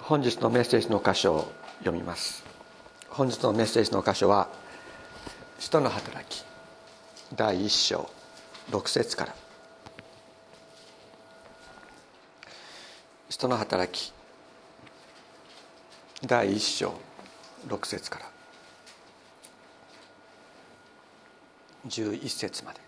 本日のメッセージの箇所を読みます。本日のメッセージの箇所は使徒の働き第1章6節から。使徒の働き第1章6節から11節まで。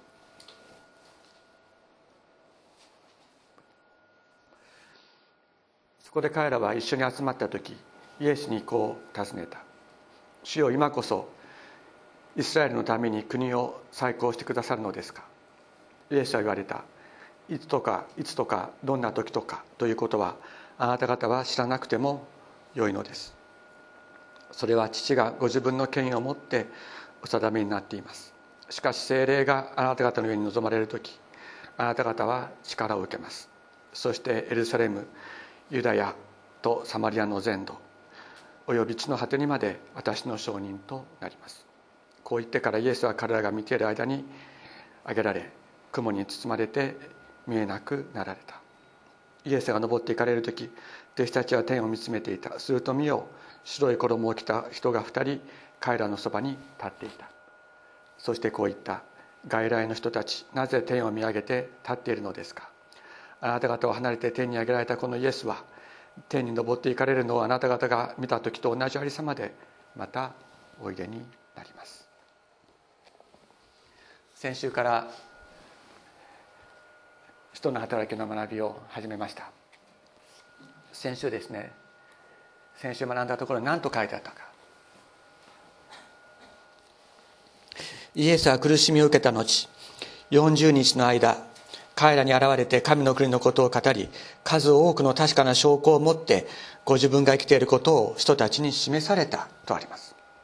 そこで彼らは一緒に集まった時、イエスにこう尋ねた。主よ、今こそイスラエルのために国を再興してくださるのですか。イエスは言われた。いつとかどんな時とかということはあなた方は知らなくてもよいのです。それは父がご自分の権威を持ってお定めになっています。しかし聖霊があなた方の上に臨まれる時、あなた方は力を受けます。そしてエルサレム、ユダヤとサマリアの全土および地の果てにまで私の証人となります。こう言ってからイエスは彼らが見ている間に上げられ、雲に包まれて見えなくなられた。イエスが登っていかれる時、弟子たちは天を見つめていた。すると見よ、白い衣を着た人が2人彼らのそばに立っていた。そしてこう言った。外来の人たち、なぜ天を見上げて立っているのですか。あなた方を離れて天に上げられたこのイエスは、天に昇っていかれるのをあなた方が見た時と同じありさまでまたおいでになります。先週から使徒の働きの学びを始めました。先週ですね、先週学んだところに何と書いてあったか。イエスは苦しみを受けた後、40日の間彼らに現れて神の国のことを語り、数多くの確かな証拠を持ってご自分が生きていることを人たちに示されたとあります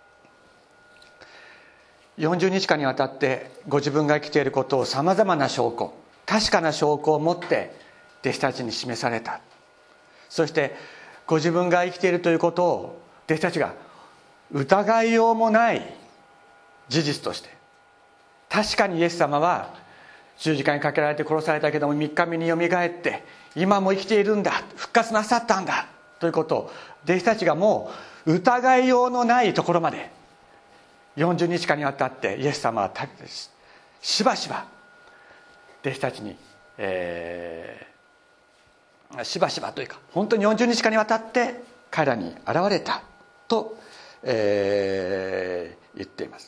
。40日間にわたってご自分が生きていることをさまざまな証拠、確かな証拠を持って弟子たちに示された。そしてご自分が生きているということを弟子たちが疑いようもない事実として、確かにイエス様は十字架にかけられて殺されたけども3日目によみがえって今も生きているんだ、復活なさったんだということを弟子たちがもう疑いようのないところまで40日間にわたってイエス様はしばしば弟子たちに、しばしばというか本当に40日間にわたって彼らに現れたと、言っています。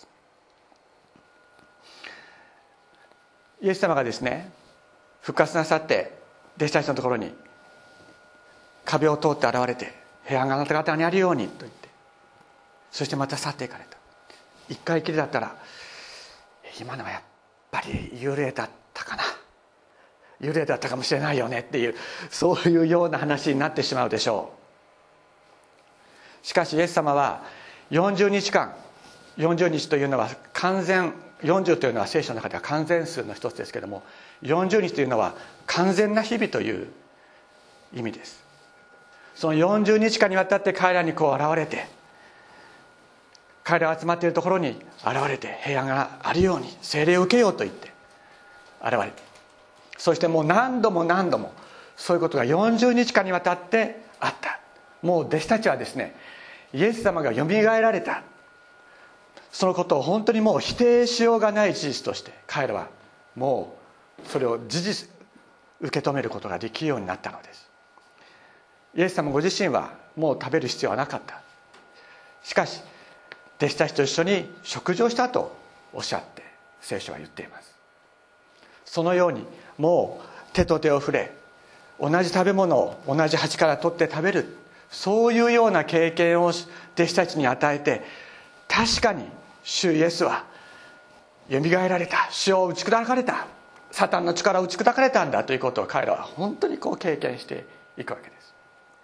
イエス様がですね、復活なさって弟子たちのところに壁を通って現れて、平安があなた方にあるようにと言って、そしてまた去っていかれた。一回きりだったら今のはやっぱり幽霊だったかな、幽霊だったかもしれないよねっていう、そういうような話になってしまうでしょう。しかしイエス様は40日間、40日というのは完全、40というのは聖書の中では完全数の一つですけれども、40日というのは完全な日々という意味です。その40日間にわたって彼らにこう現れて、彼らが集まっているところに現れて、平安があるように聖霊を受けようと言って現れて、そしてもう何度も何度もそういうことが40日間にわたってあった。もう弟子たちはですね、イエス様がよみがえられた、そのことを本当にもう否定しようがない事実として彼らはもうそれを事実受け止めることができるようになったのです。イエス様ご自身はもう食べる必要はなかった。しかし弟子たちと一緒に食事をしたとおっしゃって聖書は言っています。そのようにもう手と手を触れ、同じ食べ物を同じ鉢から取って食べる、そういうような経験を弟子たちに与えて、確かに主イエスはよみがえられた、主を打ち砕かれた、サタンの力を打ち砕かれたんだということを彼らは本当にこう経験していくわけです。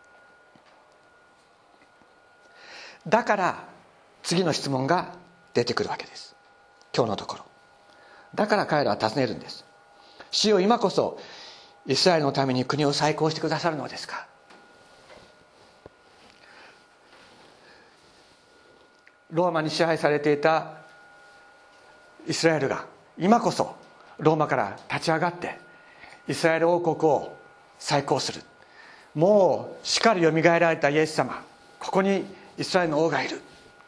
だから次の質問が出てくるわけです。今日のところだから彼らは尋ねるんです。主よ、今こそイスラエルのために国を再興してくださるのですか。ローマに支配されていたイスラエルが今こそローマから立ち上がってイスラエル王国を再興する、 もう死からよみがえられたイエス様、ここにイスラエルの王がいる、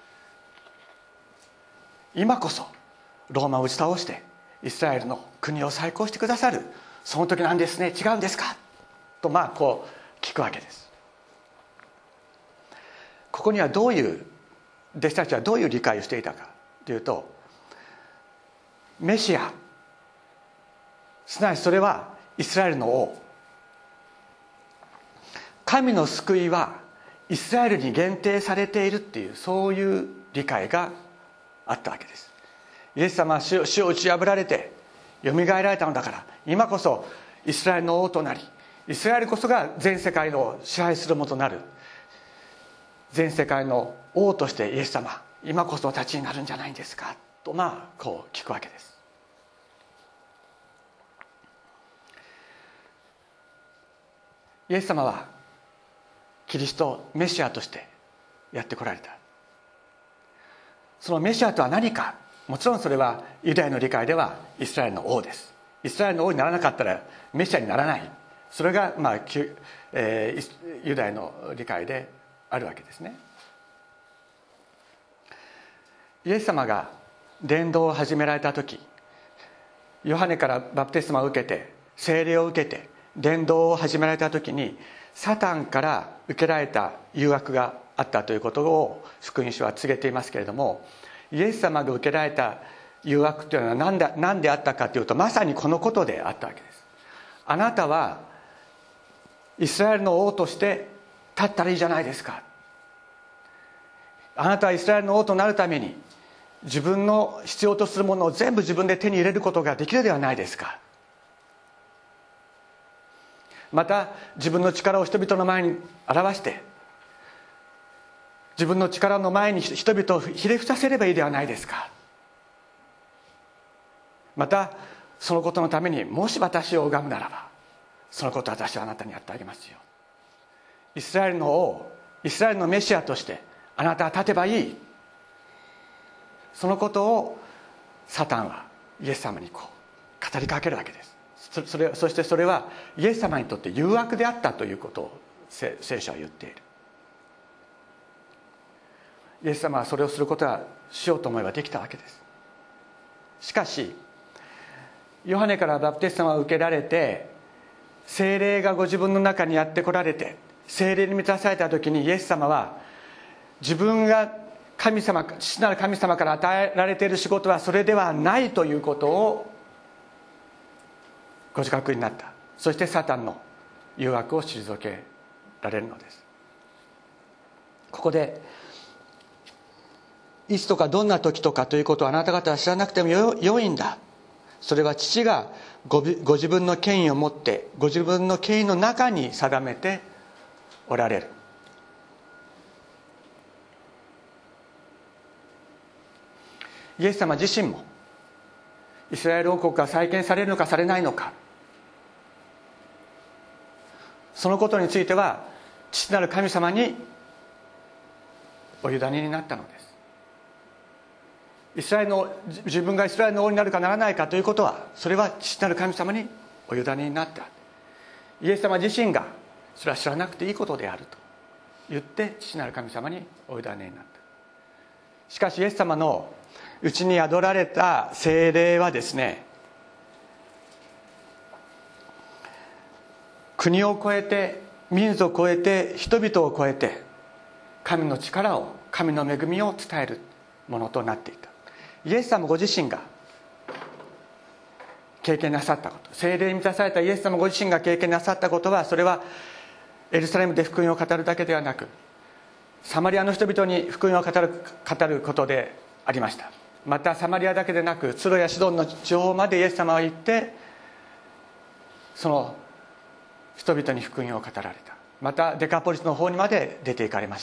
今こそローマを打ち倒してイスラエルの国を再興してくださるその時なんですね、違うんですかとこう聞くわけです。ここにはどういう弟子たちはどういう理解をしていたかというと、メシア、すなわちそれはイスラエルの王、神の救いはイスラエルに限定されているっていう、そういう理解があったわけです。イエス様は死を打ち破られてよみがえられたのだから、今こそイスラエルの王となり、イスラエルこそが全世界の支配するもとなる全世界の王としてイエス様、今こそお立ちになるんじゃないんですかとこう聞くわけです。イエス様はキリストメシアとしてやってこられた。そのメシアとは何か、もちろんそれはユダヤの理解ではイスラエルの王です。イスラエルの王にならなかったらメシアにならない、それがユダヤの理解であるわけですね。イエス様が伝道を始められた時、ヨハネからバプテスマを受けて聖霊を受けて伝道を始められた時に、サタンから受けられた誘惑があったということを福音書は告げていますけれども、イエス様が受けられた誘惑というのは何であったかというと、まさにこのことであったわけです。あなたはイスラエルの王として立ったらいいじゃないですか。あなたはイスラエルの王となるために自分の必要とするものを全部自分で手に入れることができるではないですか。また自分の力を人々の前に表して、自分の力の前に人々をひれ伏させればいいではないですか。またそのことのためにもし私を拝むならば、そのことを私はあなたにやってあげますよ。イスラエルの王、イスラエルのメシアとしてあなたは立てばいい、そのことをサタンはイエス様に語りかけるわけです。そしてそれはイエス様にとって誘惑であったということを聖書は言っている。イエス様はそれをすることはしようと思えばできたわけです。しかしヨハネからバプテスマを受けられて、聖霊がご自分の中にやってこられて聖霊に満たされた時に、イエス様は自分が神様、父なる神様から与えられている仕事はそれではないということをご自覚になった。そしてサタンの誘惑を退けられるのです。ここでいつとかどんな時とかということをあなた方は知らなくてもよいんだ。それは父がご自分の権威を持ってご自分の権威の中に定めておられる。イエス様自身もイスラエル王国が再建されるのかされないのか、そのことについては父なる神様にお委ねになったのです。自分がイスラエルの王になるかならないかということは、それは父なる神様にお委ねになった。イエス様自身がそれは知らなくていいことであると言って父なる神様にお委ねになった。しかしイエス様のうちに宿られた聖霊はですね、国を超えて民族を超えて人々を超えて神の力を、神の恵みを伝えるものとなっていた。イエス様ご自身が経験なさったこと、聖霊に満たされたイエス様ご自身が経験なさったことは、それはエルサレムで福音を語るだけではなく、サマリアの人々に福音を語ることでありました。またサマリアだけでなく、ツロやシドンの地方までイエス様は行って、その人々に福音を語られた。またデカポリスの方にまで出て行かれました。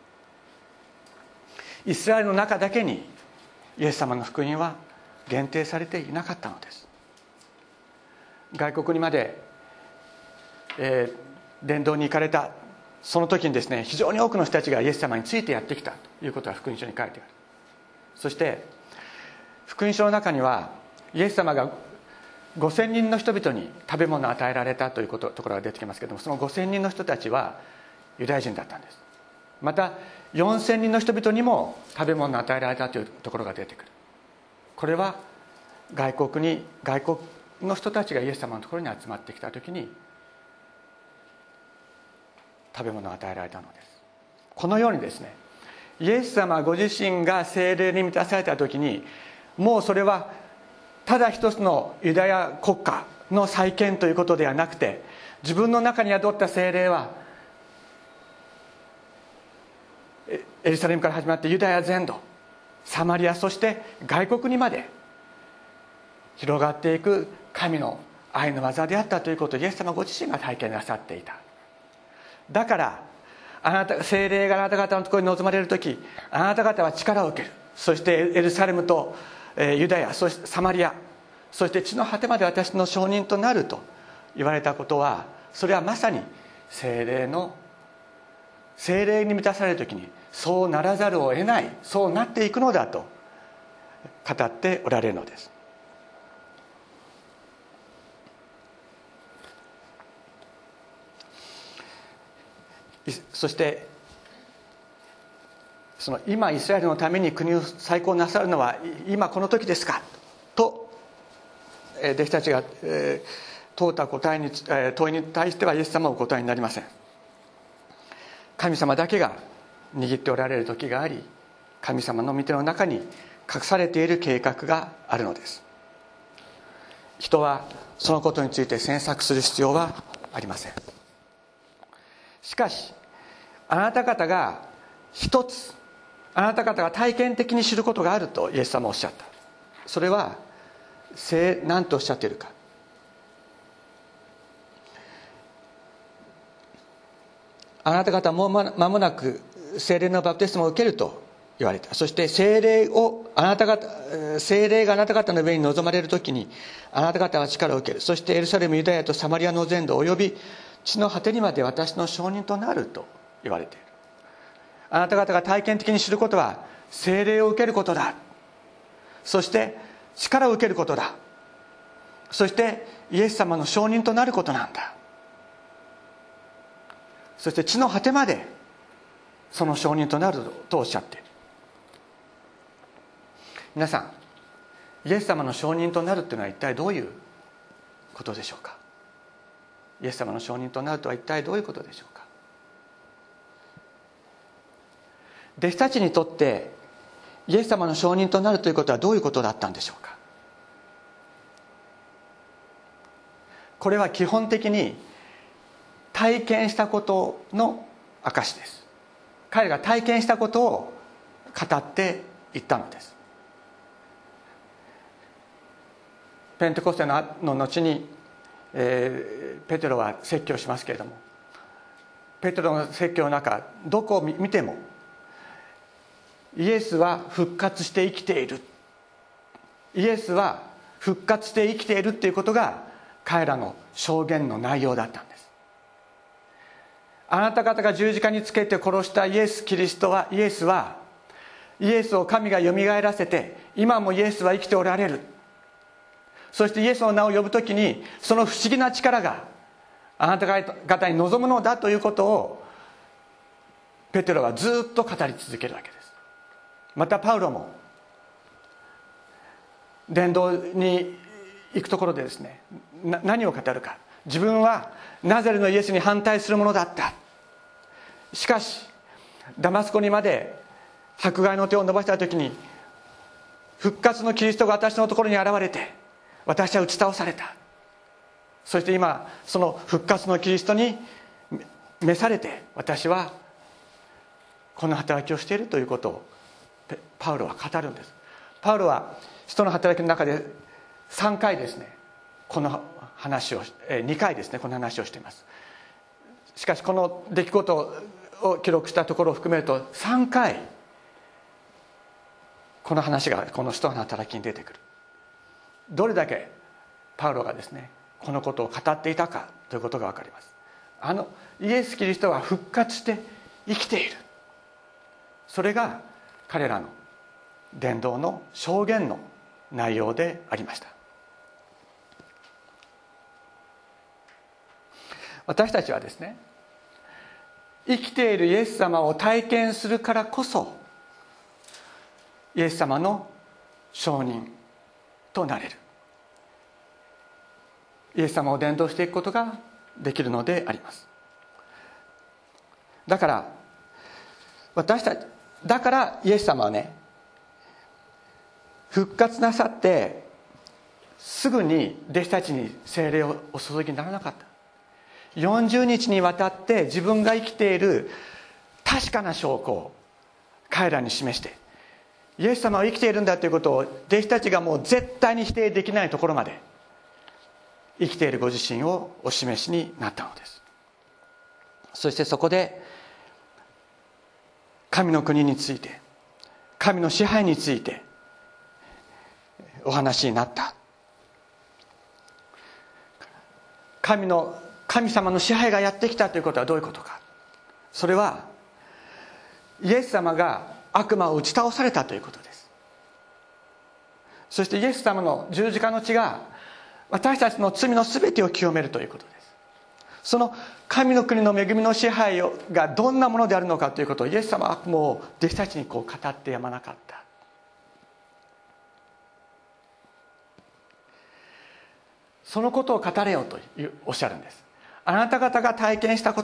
イスラエルの中だけにイエス様の福音は限定されていなかったのです。外国にまで、伝道に行かれたその時にですね、非常に多くの人たちがイエス様についてやってきたということが福音書に書いてある。そして福音書の中にはイエス様が 5000人の人々に食べ物を与えられたというところが出てきますけれども、その5000人の人たちはユダヤ人だったんです。また4000人の人々にも食べ物を与えられたというところが出てくる。これは外国の人たちがイエス様のところに集まってきた時に食べ物を与えられたのです。このようにですね、イエス様ご自身が聖霊に満たされた時に、もうそれはただ一つのユダヤ国家の再建ということではなくて、自分の中に宿った聖霊はエルサレムから始まってユダヤ全土、サマリア、そして外国にまで広がっていく神の愛の技であったということをイエス様ご自身が体験なさっていた。だから聖霊があなた方のところに臨まれる時、あなた方は力を受ける。そしてエルサレムとユダヤ、そしてサマリア、そして地の果てまで私の証人となると言われたことは、それはまさに聖霊に満たされる時にそうならざるを得ない、そうなっていくのだと語っておられるのです。そしてその今イスラエルのために国を再興なさるのは今この時ですかと弟子たちが問った問いに対してはイエス様はお答えになりません。神様だけが握っておられる時があり、神様の御手の中に隠されている計画があるのです。人はそのことについて詮索する必要はありません。しかしあなた方が一つ、あなた方が体験的に知ることがあるとイエス様はおっしゃった。それは何とおっしゃっているか。あなた方も間もなく聖霊のバプテスマを受けると言われた。そして聖霊があなた方の上に臨まれる時にあなた方は力を受ける。そしてエルサレム、ユダヤとサマリアの全土および地の果てにまで私の証人となると言われている。あなた方が体験的に知ることは聖霊を受けることだ。そして力を受けることだ。そしてイエス様の証人となることなんだ。そして地の果てまでその証人となるとおっしゃっている。皆さん、イエス様の証人となるというのは一体どういうことでしょうか。イエス様の証人となるとは一体どういうことでしょうか。弟子たちにとってイエス様の証人となるということはどういうことだったんでしょうか。これは基本的に体験したことの証です。彼が体験したことを語っていったのです。ペンテコステの後に、ペテロは説教しますけれども、ペテロの説教の中どこを見てもイエスは復活して生きている、イエスは復活して生きているということが彼らの証言の内容だったんです。あなた方が十字架につけて殺したイエス・キリストは、イエスを神がよみがえらせて、今もイエスは生きておられる。そしてイエスの名を呼ぶときにその不思議な力があなた方に望むのだということをペテロはずっと語り続けるわけです。またパウロも伝道に行くところでですね、何を語るか。自分はナザレのイエスに反対するものだった。しかしダマスコにまで迫害の手を伸ばした時に復活のキリストが私のところに現れて、私は打ち倒された。そして今その復活のキリストに召されて、私はこの働きをしているということをパウロは語るんです。パウロは使徒の働きの中で3回ですね、この話を2回ですね、この話をしています。しかしこの出来事を記録したところを含めると3回この話がこの使徒の働きに出てくる。どれだけパウロがですねこのことを語っていたかということが分かります。イエス・キリストは復活して生きている、それが彼らの伝道の証言の内容でありました。 私たちはですね、生きているイエス様を体験するからこそイエス様の証人となれる、イエス様を伝道していくことができるのであります。だからイエス様はね、復活なさってすぐに弟子たちに聖霊をお注ぎにならなかった。40日にわたって自分が生きている確かな証拠を彼らに示して、イエス様は生きているんだということを弟子たちがもう絶対に否定できないところまで生きているご自身をお示しになったのです。そしてそこで神の国について、神の支配についてお話になった。神様の支配がやってきたということはどういうことか。それはイエス様が悪魔を打ち倒されたということです。そしてイエス様の十字架の血が私たちの罪のすべてを清めるということです。その神の国の恵みの支配がどんなものであるのかということをイエス様はもう弟子たちに語ってやまなかった。そのことを語れよとおっしゃるんです。あなた方が体験したこと、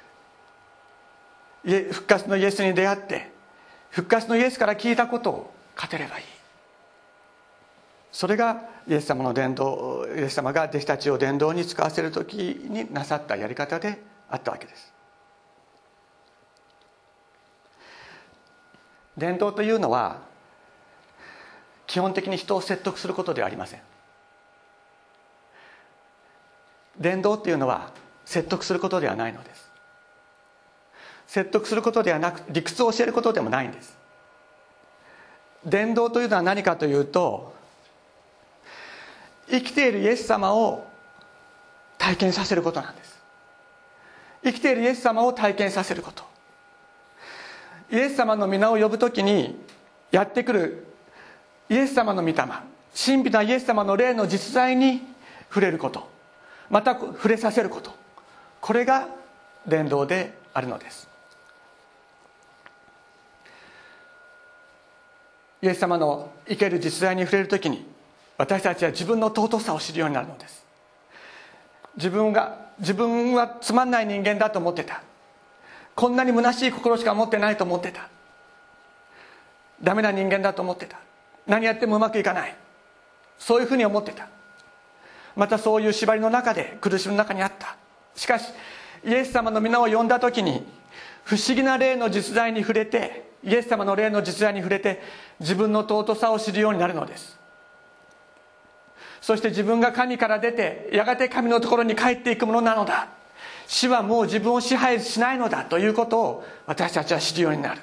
復活のイエスに出会って復活のイエスから聞いたことを語ればいい。それがイエス様が弟子たちを伝道に使わせる時になさったやり方であったわけです。伝道というのは基本的に人を説得することではありません。伝道っていうのは説得することではないのです。説得することではなく、理屈を教えることでもないんです。伝道というのは何かというと、生きているイエス様を体験させることなんです。生きているイエス様を体験させること。イエス様の皆を呼ぶときにやってくるイエス様の御霊、神秘なイエス様の霊の実在に触れること、また触れさせること、これが伝道であるのです。イエス様の生ける実在に触れるときに私たちは自分の尊さを知るようになるのです。自分はつまんない人間だと思ってた。こんなに虚しい心しか持ってないと思ってた。ダメな人間だと思ってた。何やってもうまくいかない。そういうふうに思ってた。またそういう縛りの中で苦しみの中にあった。しかしイエス様の皆を呼んだ時に不思議な霊の実在に触れて、イエス様の霊の実在に触れて自分の尊さを知るようになるのです。そして自分が神から出てやがて神のところに帰っていくものなのだ、死はもう自分を支配しないのだということを私たちは知るようになる。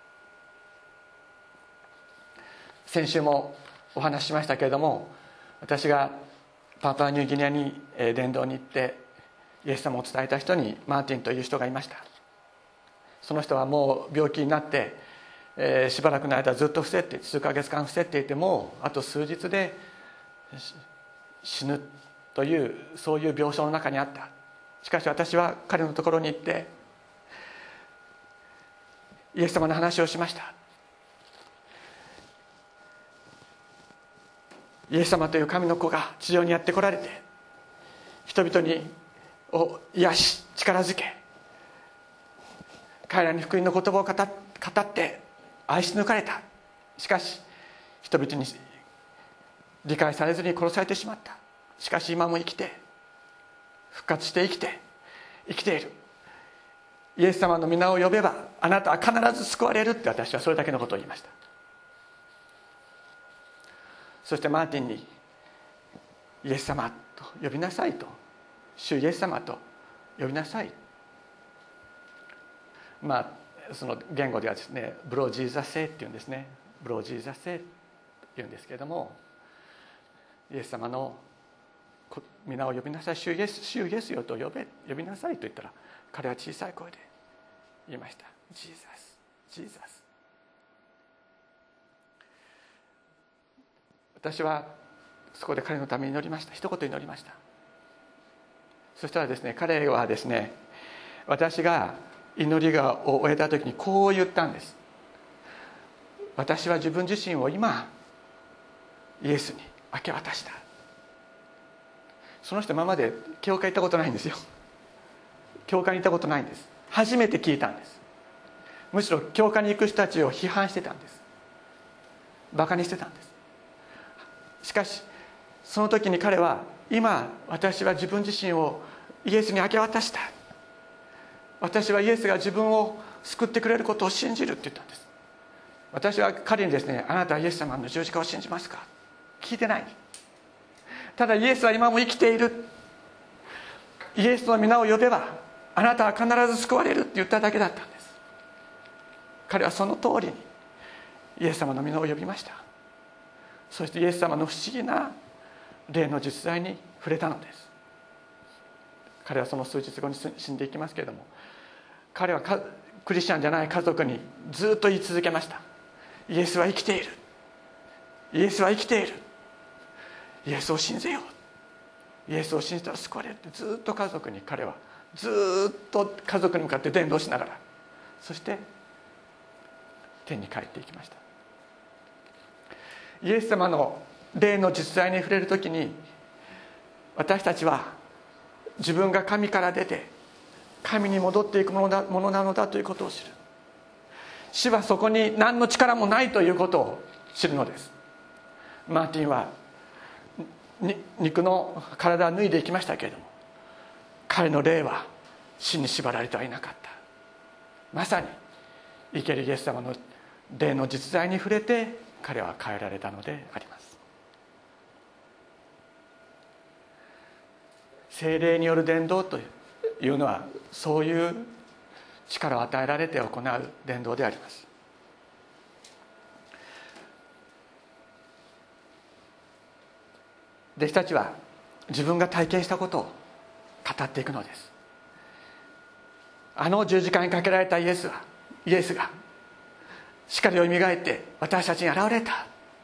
先週もお話ししましたけれども、私がパプアニューギニアに伝道に行ってイエス様を伝えた人にマーティンという人がいました。その人はもう病気になって、しばらくの間ずっと伏せって数ヶ月間伏せっていてもあと数日で死ぬというそういう病床の中にあった。しかし私は彼のところに行ってイエス様の話をしました。イエス様という神の子が地上にやって来られて人々を癒し力づけ、彼らに福音の言葉を語って愛し抜かれた。しかし人々に理解されずに殺されてしまった。しかし今も生きて復活して生きている。イエス様の皆を呼べばあなたは必ず救われるって、私はそれだけのことを言いました。そしてマーティンにイエス様と呼びなさいと、主イエス様と呼びなさい。その言語ではですね、ブロージーザセっていうんですね。ブロージーザセって言うんですけれども、イエス様の皆を呼びなさい、主イエスよと呼びなさいと言ったら、彼は小さい声で言いました。ジーザス、ジーザス。私はそこで彼のために祈りました。一言祈りました。 そしたらですね、彼はですね、私が祈りを終えた時にこう言ったんです。私は自分自身を今イエスに明け渡した。その人今まで教会行ったことないんですよ。教会に行ったことないんです。初めて聞いたんです。むしろ教会に行く人たちを批判してたんです。バカにしてたんです。しかしその時に彼は、今私は自分自身をイエスに明け渡した。私はイエスが自分を救ってくれることを信じるって言ったんです。私は彼にですね、あなたはイエス様の十字架を信じますか、聞いてない。ただイエスは今も生きている、イエスの皆を呼べばあなたは必ず救われるって言っただけだったんです。彼はその通りにイエス様の皆を呼びました。そしてイエス様の不思議な霊の実在に触れたのです。彼はその数日後に死んでいきますけれども、彼はクリスチャンじゃない家族にずっと言い続けました。イエスは生きている、イエスは生きている、イエスを信じよう、イエスを信じたら救われるってずっと家族に、彼はずっと家族に向かって伝道しながら、そして天に帰っていきました。イエス様の霊の実在に触れるときに、私たちは自分が神から出て神に戻っていくものなのだということを知る。死はそこに何の力もないということを知るのです。マーティンは肉の体を脱いでいきましたけれども、彼の霊は死に縛られてはいなかった。まさに生けるイエス様の霊の実在に触れて彼は変えられたのであります。聖霊による伝道というのは、そういう力を与えられて行う伝道であります。弟子たちは自分が体験したことを語っていくのです。あの十字架にかけられたイエスがしっかりよみがえって私たちに現れた。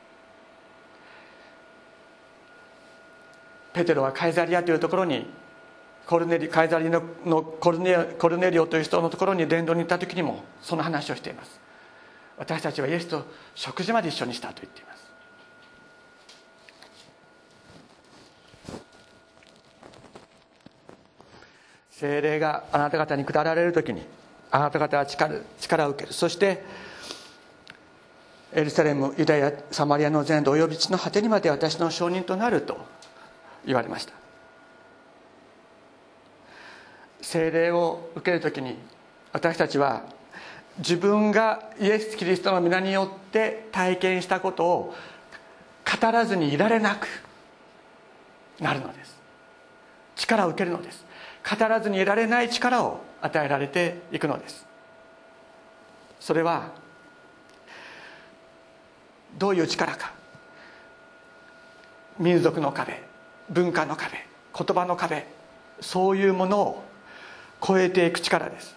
ペテロはカイザリアというところに、カイザリアのコルネリオという人のところに伝道に行った時にもその話をしています。私たちはイエスと食事まで一緒にしたと言っています。聖霊があなた方に下られる時に、あなた方は力を受ける。そしてエルサレム、ユダヤ、サマリアの全土および地の果てにまで私の証人となると言われました。聖霊を受けるときに、私たちは自分がイエス・キリストの皆によって体験したことを語らずにいられなくなるのです。力を受けるのです。語らずにいられない力を与えられていくのです。それはどういう力か。民族の壁、文化の壁、言葉の壁、そういうものを超えていく力です。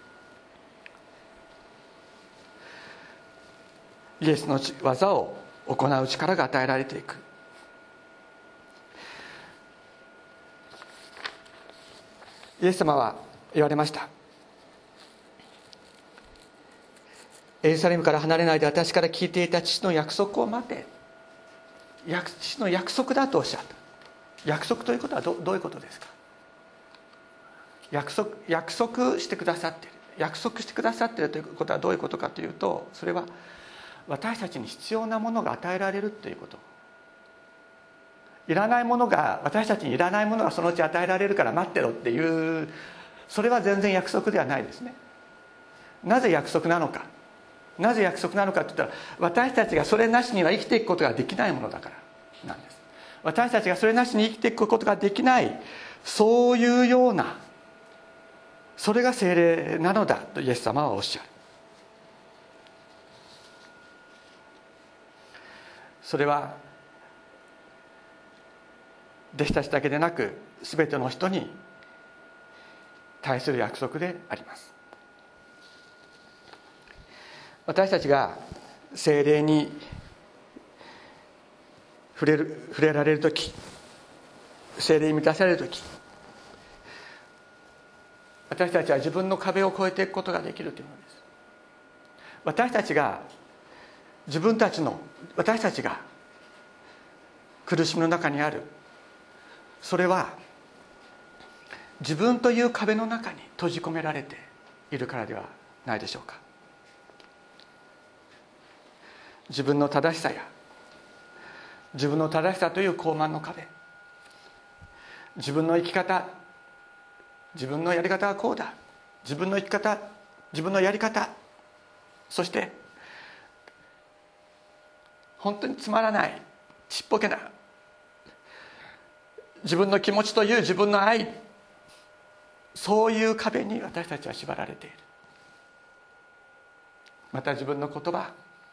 イエスの技を行う力が与えられていく。イエス様は言われました。エルサレムから離れないで私から聞いていた父の約束を待て。父の約束だとおっしゃった。約束ということはどういうことですか。約束してくださっている。約束してくださっているということはどういうことかというと、それは私たちに必要なものが与えられるということ。いらないものが、私たちにいらないものがそのうち与えられるから待ってろっていう、それは全然約束ではないですね。なぜ約束なのか。なぜ約束なのかって言ったら、私たちがそれなしには生きていくことができないものだからなんです。私たちがそれなしに生きていくことができない、そういうような、それが聖霊なのだとイエス様はおっしゃる。それは弟子たちだけでなく全ての人に対する約束であります。私たちが聖霊に触れられるとき、聖霊に満たされるとき、 私たちは自分の壁を越えていくことができるというものです。私たちが苦しみの中にある、それは自分という壁の中に閉じ込められているからではないでしょうか。自分の正しさという傲慢の壁、自分の生き方、自分のやり方はこうだ、自分の生き方、自分のやり方、そして本当につまらないちっぽけな自分の気持ちという自分の愛、そういう壁に私たちは縛られている。また自分の言葉、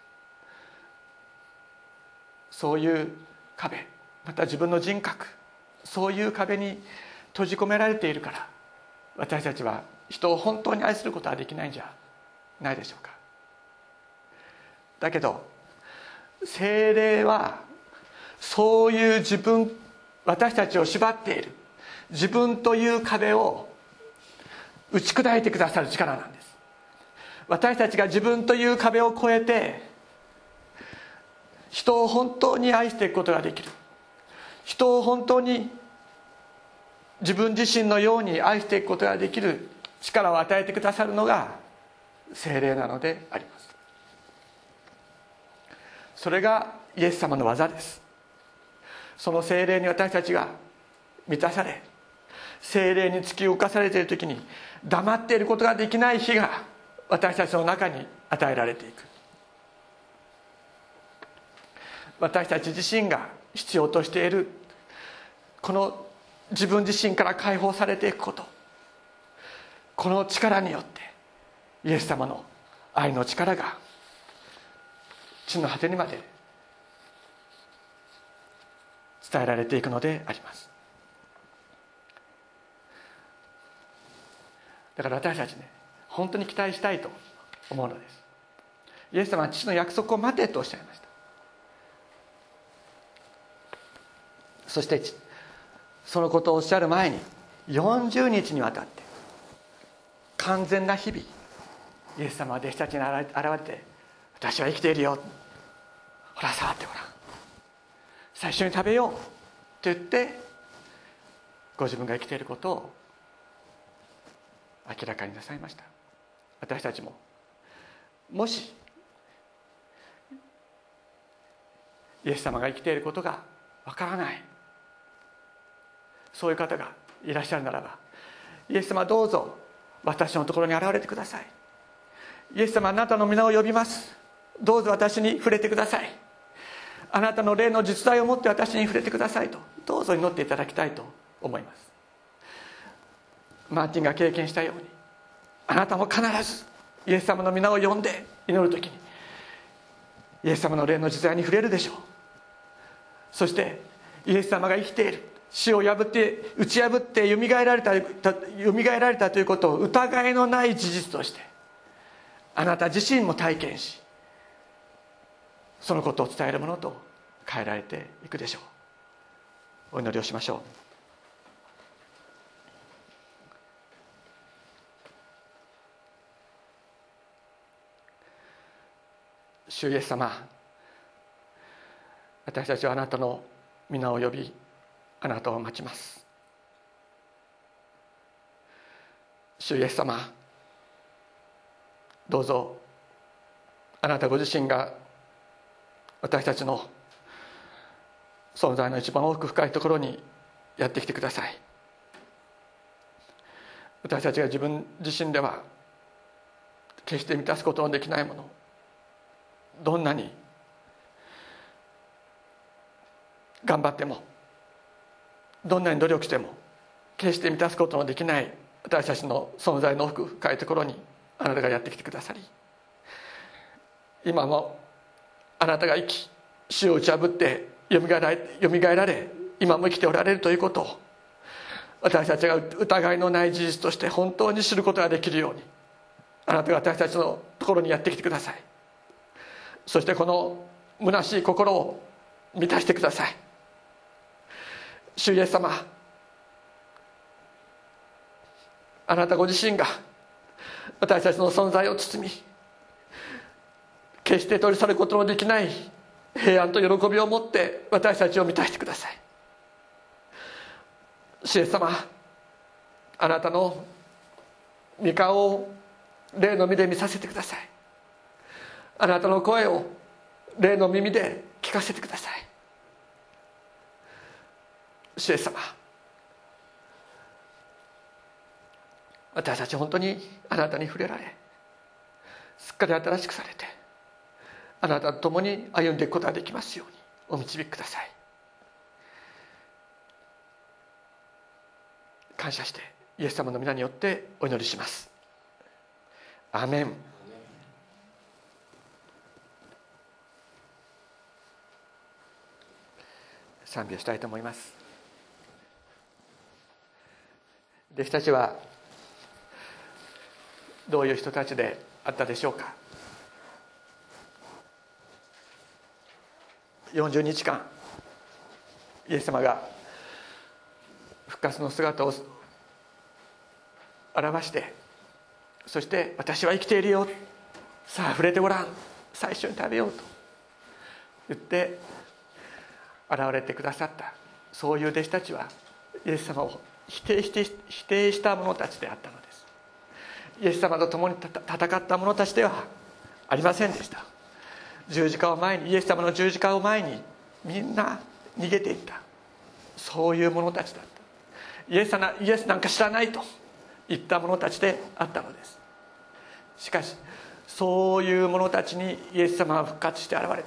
そういう壁、また自分の人格、そういう壁に閉じ込められているから、私たちは人を本当に愛することはできないんじゃないでしょうか。だけど聖霊はそういう私たちを縛っている自分という壁を打ち砕いてくださる力なんです。私たちが自分という壁を越えて人を本当に愛していくことができる、人を本当に自分自身のように愛していくことができる力を与えてくださるのが聖霊なのであります。それがイエス様の技です。その聖霊に私たちが満たされ、聖霊に突き動かされている時に黙っていることができない日が私たちの中に与えられていく。私たち自身が必要としているこの自分自身から解放されていくこと、この力によってイエス様の愛の力が地の果てにまで伝えられていくのであります。だから私たちね、本当に期待したいと思うのです。イエス様は父の約束を待てとおっしゃいました。そしてそのことをおっしゃる前に40日にわたって完全な日々、イエス様は弟子たちに現れて、私は生きているよ、ほら触ってごらん、最初に食べようと言ってご自分が生きていることを明らかになさいました。私たちももしイエス様が生きていることがわからない、そういう方がいらっしゃるならば、イエス様どうぞ私のところに現れてください。イエス様あなたの皆を呼びます、どうぞ私に触れてください、あなたの霊の実在を持って私に触れてくださいと、どうぞ祈っていただきたいと思います。マーティンが経験したように、あなたも必ずイエス様の皆を呼んで祈るときにイエス様の霊の実在に触れるでしょう。そしてイエス様が生きている、死を打ち破ってよみがえられたということを疑いのない事実としてあなた自身も体験し、そのことを伝えるものと変えられていくでしょう。お祈りをしましょう。主イエス様、私たちはあなたの皆を呼び、あなたを待ちます。主イエス様、どうぞあなたご自身が私たちの存在の一番奥深いところにやってきてください。私たちが自分自身では決して満たすことのできないもの、どんなに頑張ってもどんなに努力しても決して満たすことのできない私たちの存在の奥深いところにあなたがやってきてくださり、今もあなたが生き死を打ち破ってよみがえられ今も生きておられるということを私たちが疑いのない事実として本当に知ることができるように、あなたが私たちのところにやってきてください。そしてこの虚しい心を満たしてください。主イエス様、 あなたご自身が私たちの存在を包み、決して取り去ることのできない平安と喜びを持って私たちを満たしてください。主イエス様、あなたの御顔を霊の身で見させてください。あなたの声を霊の耳で聞かせてください。主イエス様、私たち本当にあなたに触れられ、すっかり新しくされて、あなたと共に歩んでいくことができますようにお導きください。感謝してイエス様の皆によってお祈りします。アーメン。賛美をしたいと思います。弟子たちはどういう人たちであったでしょうか。40日間イエス様が復活の姿を表して、そして私は生きているよ、さあ触れてごらん、さあ一緒に食べようと言って現れてくださった、そういう弟子たちはイエス様を否定した者たちであったのです。イエス様と共に戦った者たちではありませんでした。十字架を前に、イエス様の十字架を前にみんな逃げていった、そういう者たちだった。イエスなんか知らないと言った者たちであったのです。しかしそういう者たちにイエス様は復活して現れたのです。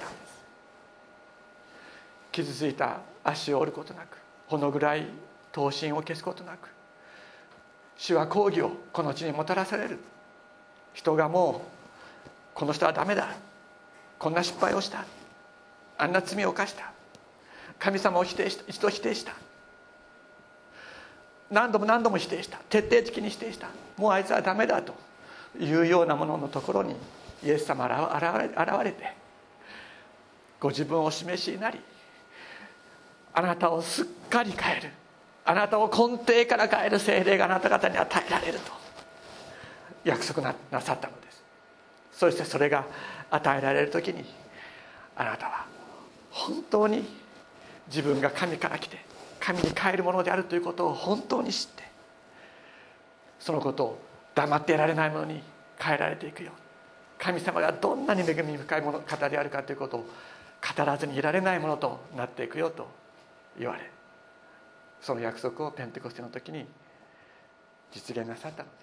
傷ついた足を折ることなく、ほの暗い刀身を消すことなく、主は公義をこの地にもたらされる。人がもうこの人はダメだ、こんな失敗をした、あんな罪を犯した、神様を一度否定した、何度も否定した、徹底的に否定した、もうあいつはダメだというようなもののところにイエス様が現れて、ご自分を示しになり、あなたをすっかり変える、あなたを根底から変える聖霊があなた方に与えられると約束なさったのです。そしてそれが与えられる時に、あなたは本当に自分が神から来て神に変えるものであるということを本当に知って、そのことを黙っていられないものに変えられていくように、神様がどんなに恵み深い方であるかということを語らずにいられないものとなっていくよと言われ、その約束をペンテコステの時に実現なさったのです。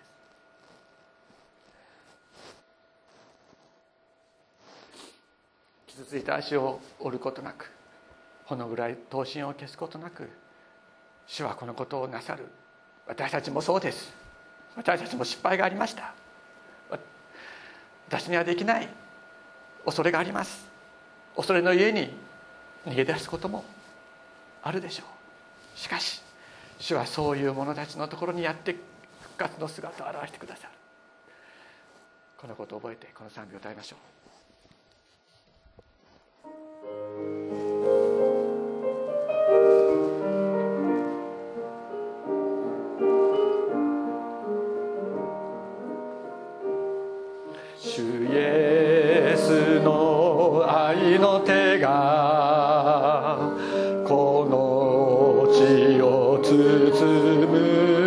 傷ついた足を折ることなく、ほの暗い刀身を消すことなく、主はこのことをなさる。私たちもそうです。私たちも失敗がありました。私にはできない恐れがあります。恐れのゆえに逃げ出すこともあるでしょう。しかし主はそういう者たちのところにやって復活の姿を表してくださる。このことを覚えてこの賛美を歌いましょう。主イエスの愛の手がこの地を包む、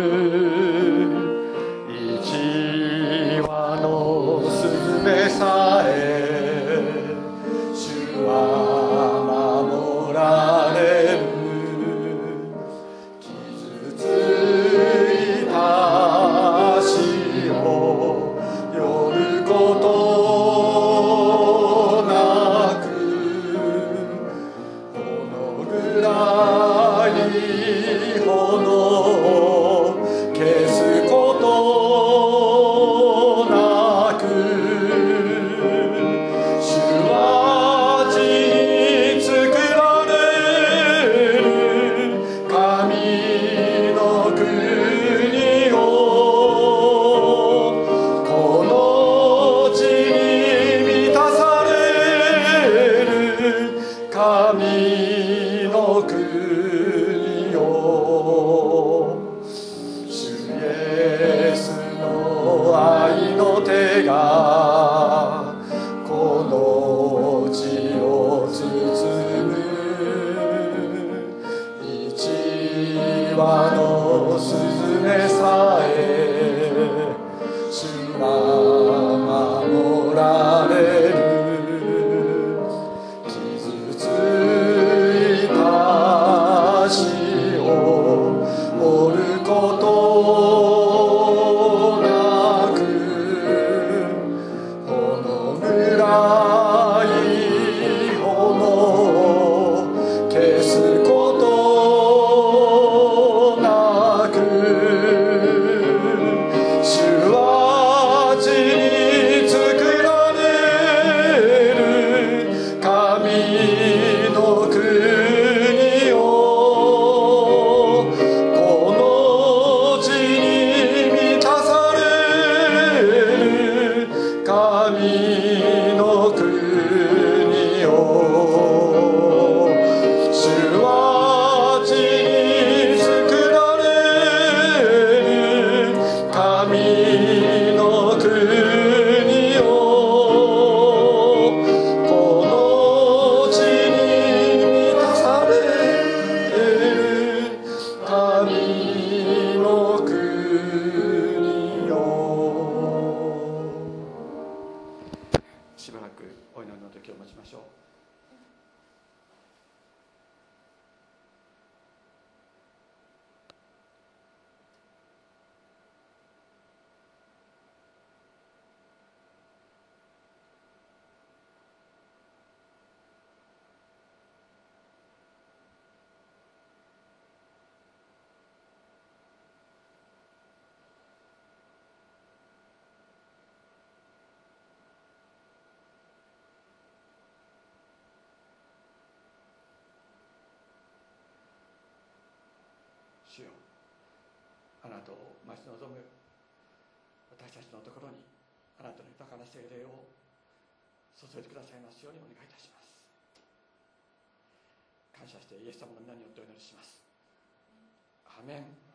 一羽のスズメさえ主は守られる。傷ついた足をよることなく、このぐらい炎を消すことなく、 い炎を消すことなく、主は地に作られる神の国をこの地に満たされる神の国を、主は地に作られる神の国をこの地に満たされる神の国を。しばらくお祈りの時を待ちましょう。主よ、あなたを待ち望む私たちのところにあなたの豊かな聖霊を注いでくださいますようにお願いいたします。感謝してイエス様の皆によってお祈りします。アーメン。